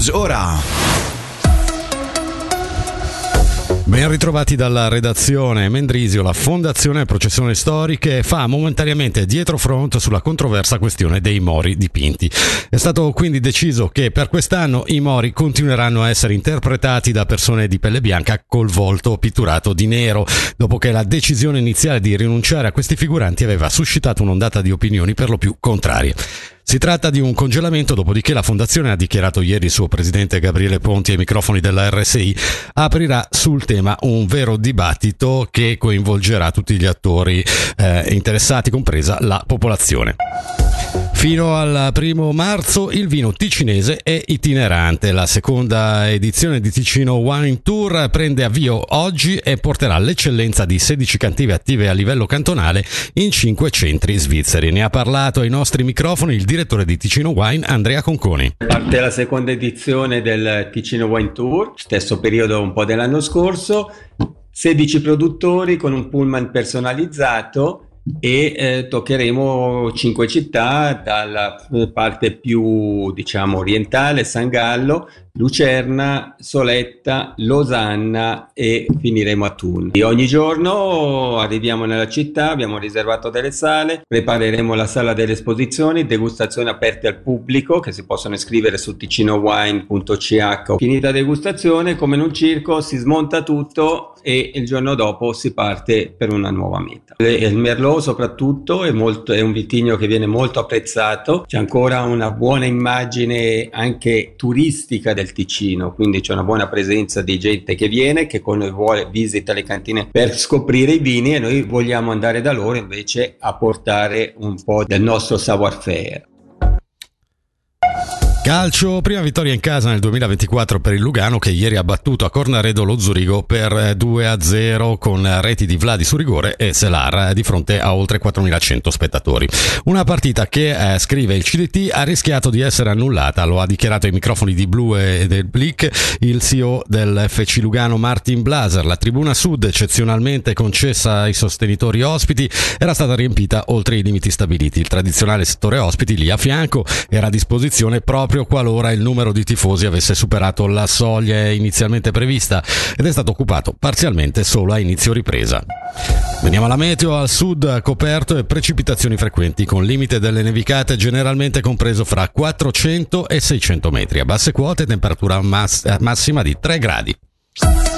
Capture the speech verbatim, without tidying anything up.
News ora. Ben ritrovati dalla redazione. Mendrisio, la Fondazione Processioni Storiche, fa momentaneamente dietro front sulla controversa questione dei mori dipinti. È stato quindi deciso che per quest'anno i mori continueranno a essere interpretati da persone di pelle bianca col volto pitturato di nero, dopo che la decisione iniziale di rinunciare a questi figuranti aveva suscitato un'ondata di opinioni per lo più contrarie. Si tratta di un congelamento, dopodiché la Fondazione, ha dichiarato ieri il suo presidente Gabriele Ponti ai microfoni della R S I, aprirà sul tema un vero dibattito che coinvolgerà tutti gli attori eh, interessati, compresa la popolazione. Fino al primo marzo il vino ticinese è itinerante. La seconda edizione di Ticino Wine Tour prende avvio oggi e porterà l'eccellenza di sedici cantive attive a livello cantonale in cinque centri svizzeri. Ne ha parlato ai nostri microfoni il direttore di Ticino Wine, Andrea Conconi. Parte la seconda edizione del Ticino Wine Tour, stesso periodo un po' dell'anno scorso, sedici produttori con un pullman personalizzato e eh, toccheremo cinque città, dalla parte più diciamo orientale, San Gallo, Lucerna, Soletta, Losanna e finiremo a Thun. E ogni giorno arriviamo nella città, abbiamo riservato delle sale, prepareremo la sala delle esposizioni, degustazioni aperte al pubblico che si possono iscrivere su ticinowine punto c h. Finita degustazione, come in un circo, si smonta tutto e il giorno dopo si parte per una nuova meta. Il Merlot soprattutto è, molto, è un vitigno che viene molto apprezzato, c'è ancora una buona immagine anche turistica del Ticino, quindi c'è una buona presenza di gente che viene, che con noi vuole visita le cantine per scoprire i vini, e noi vogliamo andare da loro invece a portare un po' del nostro savoir-faire. Calcio, prima vittoria in casa nel duemilaventiquattro per il Lugano, che ieri ha battuto a Cornaredo lo Zurigo per due a zero con reti di Vladi su rigore e Selar di fronte a oltre quattromilacento spettatori. Una partita che, eh, scrive il C D T, ha rischiato di essere annullata. Lo ha dichiarato ai microfoni di Blu e del Blick il C E O del F C Lugano, Martin Blaser. La tribuna sud, eccezionalmente concessa ai sostenitori ospiti, era stata riempita oltre i limiti stabiliti. Il tradizionale settore ospiti, lì a fianco, era a disposizione proprio qualora il numero di tifosi avesse superato la soglia inizialmente prevista, ed è stato occupato parzialmente solo a inizio ripresa. Veniamo alla meteo. Al sud coperto e precipitazioni frequenti, con limite delle nevicate generalmente compreso fra quattrocento e seicento metri. A basse quote temperatura mass- massima di tre gradi.